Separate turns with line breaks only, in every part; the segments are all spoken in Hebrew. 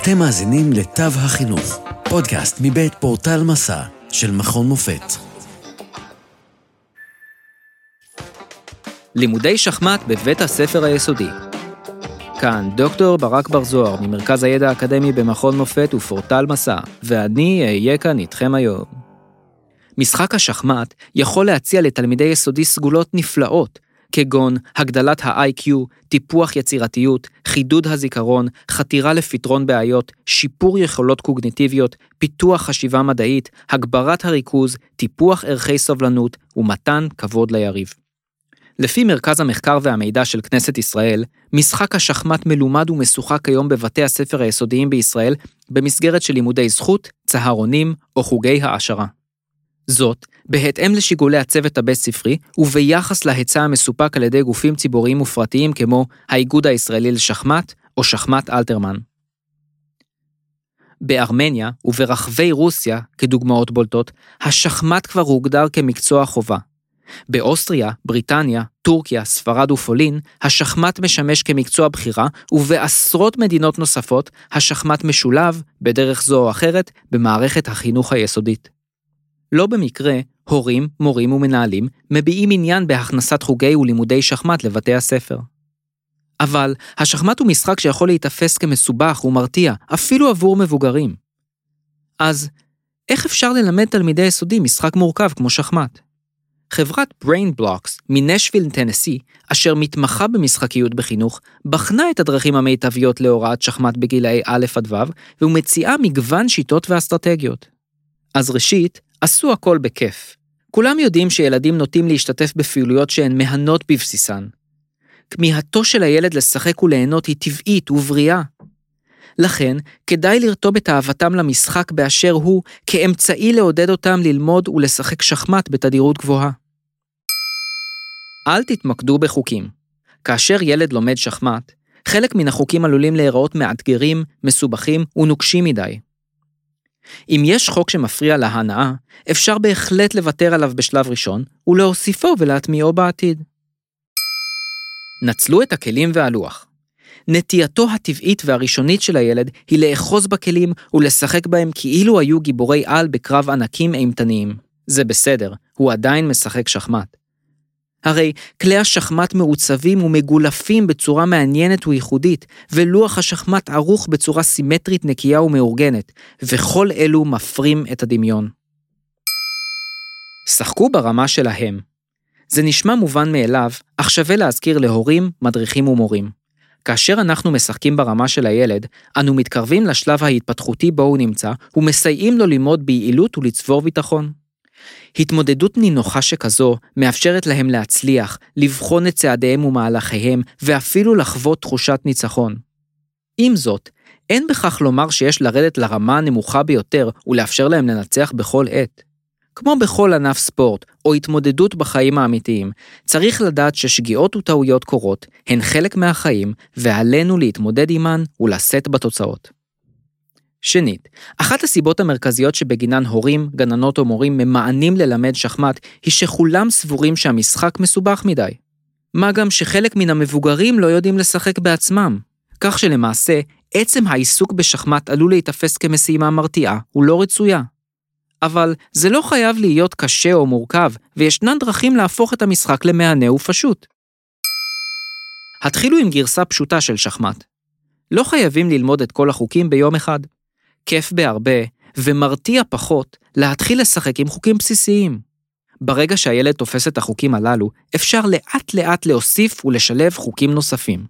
אתם מאזינים לתו החינוך, פודקאסט מבית פורטל מסע של מכון מופת.
לימודי שחמט בבית הספר היסודי. כאן דוקטור ברק בר זוהר ממרכז הידע האקדמי במכון מופת ופורטל מסע, ואני אהיה כאן איתכם היום. משחק השחמט יכול להציע לתלמידי יסודי סגולות נפלאות, כגון הגדלת ה-IQ, טיפוח יצירתיות, חידוד הזיכרון, חתירה לפתרון בעיות, שיפור יכולות קוגניטיביות, פיתוח חשיבה מדעית, הגברת הריכוז, טיפוח ערכי סובלנות ומתן כבוד ליריב. לפי מרכז המחקר והמידע של כנסת ישראל, משחק השחמט מלומד ומשוחק היום בבתי הספר היסודיים בישראל במסגרת של לימודי זכות, צהרונים או חוגי העשרה. זאת, בהתאם לשיקולי הצוות הבית ספרי וביחס להיצע המסופק על ידי גופים ציבוריים ופרטיים כמו האיגוד הישראלי לשחמט או שחמט אלתרמן. בארמניה וברחבי רוסיה, כדוגמאות בולטות, השחמט כבר הוגדר כמקצוע חובה. באוסטריה, בריטניה, טורקיה, ספרד ופולין, השחמט משמש כמקצוע בחירה, ובעשרות מדינות נוספות, השחמט משולב, בדרך זו או אחרת, במערכת החינוך היסודית. לא במקרה, הורים, מורים ומנהלים מביעים עניין בהכנסת חוגי ולימודי שחמט לבתי הספר. אבל השחמט הוא משחק שיכול להתאפס כמסובך ומרתיע, אפילו עבור מבוגרים. אז איך אפשר ללמד תלמידי יסודי משחק מורכב כמו שחמט? חברת BrainBlocks מנשוויל, טנסי, אשר מתמחה במשחקיות בחינוך, בחנה את הדרכים המיטביות להוראת שחמט בגילאי א' עד ו', ומציעה מגוון שיטות ואסטרטגיות. אז ראשית, עשו הכל בכיף. כולם יודעים שילדים נוטים להשתתף בפעילויות שהן מהנות בבסיסן. כמיהתו של הילד לשחק וליהנות היא טבעית ובריאה. לכן, כדאי לרתום את אהבתם למשחק באשר הוא, כאמצעי לעודד אותם ללמוד ולשחק שחמט בתדירות גבוהה. אל תתמקדו בחוקים. כאשר ילד לומד שחמט, חלק מן החוקים עלולים להיראות מאתגרים, מסובכים ונוקשים מדי. אם יש חוק שמפריע להנאה, אפשר בהחלט לוותר עליו בשלב ראשון, ולהוסיפו ולהטמיעו בעתיד. נצלו את הכלים והלוח. נטייתו הטבעית והראשונית של הילד היא לאחוז בכלים ולשחק בהם כאילו היו גיבורי על בקרב ענקים אימתניים. זה בסדר, הוא עדיין משחק שחמט. הרי כלי השחמט מעוצבים ומגולפים בצורה מעניינת וייחודית, ולוח השחמט ערוך בצורה סימטרית נקייה ומאורגנת, וכל אלו מפרים את הדמיון. שחקו ברמה שלהם. זה נשמע מובן מאליו, אך שווה להזכיר להורים, מדריכים ומורים. כאשר אנחנו משחקים ברמה של הילד, אנו מתקרבים לשלב ההתפתחותי בו הוא נמצא, ומסייעים לו ללמוד ביעילות ולצבור ביטחון. התמודדות נינוחה שכזו מאפשרת להם להצליח, לבחון את צעדיהם ומהלכיהם, ואפילו לחוות תחושת ניצחון. עם זאת, אין בכך לומר שיש לרדת לרמה הנמוכה ביותר ולאפשר להם לנצח בכל עת. כמו בכל ענף ספורט או התמודדות בחיים האמיתיים, צריך לדעת ששגיאות וטעויות קורות הן חלק מהחיים, ועלינו להתמודד עימן ולשאת בתוצאות. שנית, אחת הסיבות המרכזיות שבגינן הורים, גננות או מורים ממאנים ללמד שחמט, היא שכולם סבורים שהמשחק מסובך מדי. מה גם שחלק מן המבוגרים לא יודעים לשחק בעצמם, כך שלמעשה, עצם העיסוק בשחמט עלול להתאפס כמשימה מרתיעה ולא רצויה. אבל זה לא חייב להיות קשה או מורכב, וישנן דרכים להפוך את המשחק למהנה ופשוט. התחילו עם גרסה פשוטה של שחמט. לא חייבים ללמוד את כל החוקים ביום אחד. כיף בהרבה, ומרתיע פחות, להתחיל לשחק עם חוקים בסיסיים. ברגע שהילד תופס את החוקים הללו, אפשר לאט לאט להוסיף ולשלב חוקים נוספים.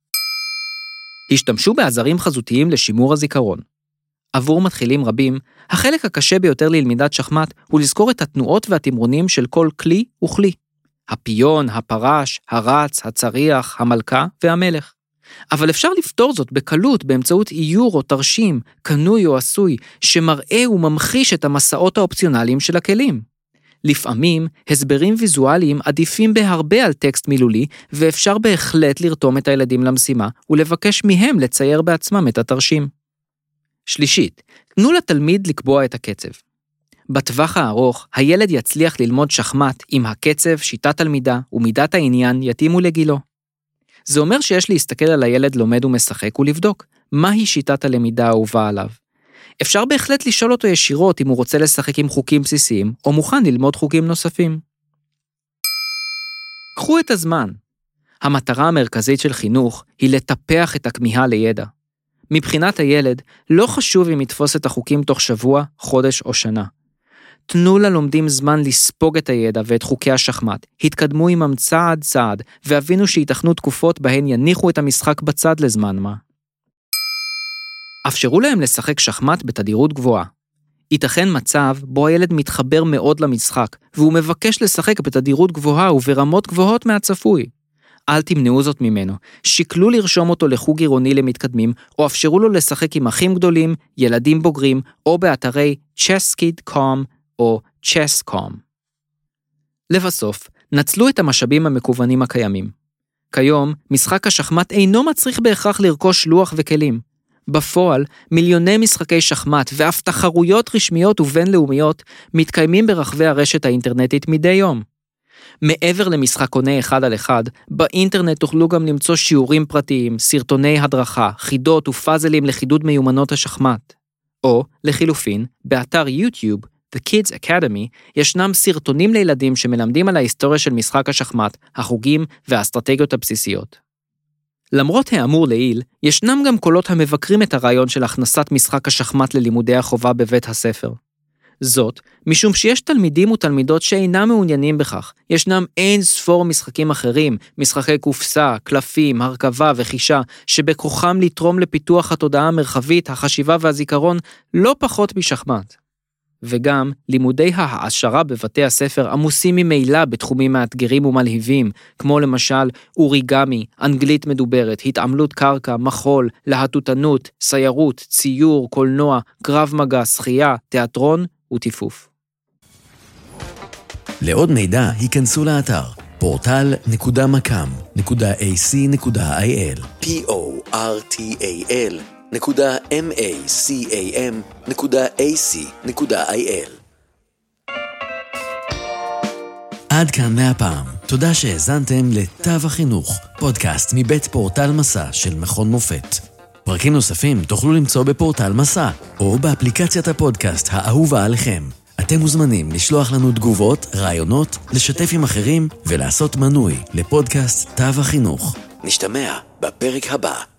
השתמשו בעזרים חזותיים לשימור הזיכרון. עבור מתחילים רבים, החלק הקשה ביותר ללמידת שחמט הוא לזכור את התנועות והתמרונים של כל כלי וכלי. הפיון, הפרש, הרץ, הצריח, המלכה והמלך. אבל אפשר לפתור זאת בקלות באמצעות איור או תרשים, קנוי או עשוי, שמראה וממחיש את המסעות האופציונליים של הכלים. לפעמים, הסברים ויזואליים עדיפים בהרבה על טקסט מילולי, ואפשר בהחלט לרתום את הילדים למשימה, ולבקש מהם לצייר בעצמם את התרשים. שלישית, תנו לתלמיד לקבוע את הקצב. בטווח הארוך, הילד יצליח ללמוד שחמט אם הקצב, שיטת הלמידה ומידת העניין יתאימו לגילו. זה אומר שיש להסתכל על הילד לומד ומשחק ולבדוק מהי שיטת הלמידה האהובה עליו. אפשר בהחלט לשאול אותו ישירות אם הוא רוצה לשחק עם חוקים בסיסיים, או מוכן ללמוד חוקים נוספים. קחו את הזמן. המטרה המרכזית של חינוך היא לטפח את הכמיהה לידע. מבחינת הילד, לא חשוב אם יתפוס את החוקים תוך שבוע, חודש או שנה. תנו ללומדים זמן לספוג את הידע ואת חוקי השחמט, התקדמו עמם צעד צעד, והבינו שיתכנו תקופות בהן יניחו את המשחק בצד לזמן מה. אפשרו להם לשחק שחמט בתדירות גבוהה. ייתכן מצב בו הילד מתחבר מאוד למשחק, והוא מבקש לשחק בתדירות גבוהה וברמות גבוהות מהצפוי. אל תמנעו זאת ממנו, שקלו לרשום אותו לחוג עירוני למתקדמים, או אפשרו לו לשחק עם אחים גדולים, ילדים בוגרים, או באתרי ChessKid.com או Chess.com. לבסוף, נצלו את המשאבים המקוונים הקיימים. כיום, משחק השחמט אינו מצריך בהכרח לרכוש לוח וכלים. בפועל, מיליוני משחקי שחמט ואף תחרויות רשמיות ובינלאומיות מתקיימים ברחבי הרשת האינטרנטית מדי יום. מעבר למשחקוני אחד על אחד, באינטרנט תוכלו גם למצוא שיעורים פרטיים, סרטוני הדרכה, חידות ופאזלים לחידוד מיומנות השחמט. או, לחילופין, באתר יוטיוב, The Kids Academy, ישנם סרטונים לילדים שמלמדים על ההיסטוריה של משחק השחמט, החוגים והאסטרטגיות הבסיסיות. למרות האמור לעיל, ישנם גם קולות המבקרים את הרעיון של הכנסת משחק השחמט ללימודי החובה בבית הספר. זאת, משום שיש תלמידים ותלמידות שאינם מעוניינים בכך. ישנם אין ספור משחקים אחרים, משחקי קופסה, קלפים, הרכבה וחישה, שבכוחם לתרום לפיתוח התודעה המרחבית, החשיבה והזיכרון, לא פחות משחמט. וגם לימודי העשרה בבתי הספר עמוסים ממילא בתחומים מאתגרים ומלהיבים, כמו למשל אוריגמי, אנגלית מדוברת, התעמלות קרקע, מחול, להטוטנות, סיירות, ציור, קולנוע, קרב מגע, שחייה, תיאטרון וטיפוף.
לעוד מידע היכנסו לאתר portal.macam.ac.il portal.macam.ac.il. עד כאן מהפעם. תודה שהאזנתם לתו החינוך, פודקאסט מבית פורטל מסע של מכון מופת. פרקים נוספים תוכלו למצוא בפורטל מסע, או באפליקציית הפודקאסט האהובה עליכם. אתם מוזמנים לשלוח לנו תגובות, רעיונות, לשתף עם אחרים ולעשות מנוי לפודקאסט תו החינוך. נשתמע בפרק הבא.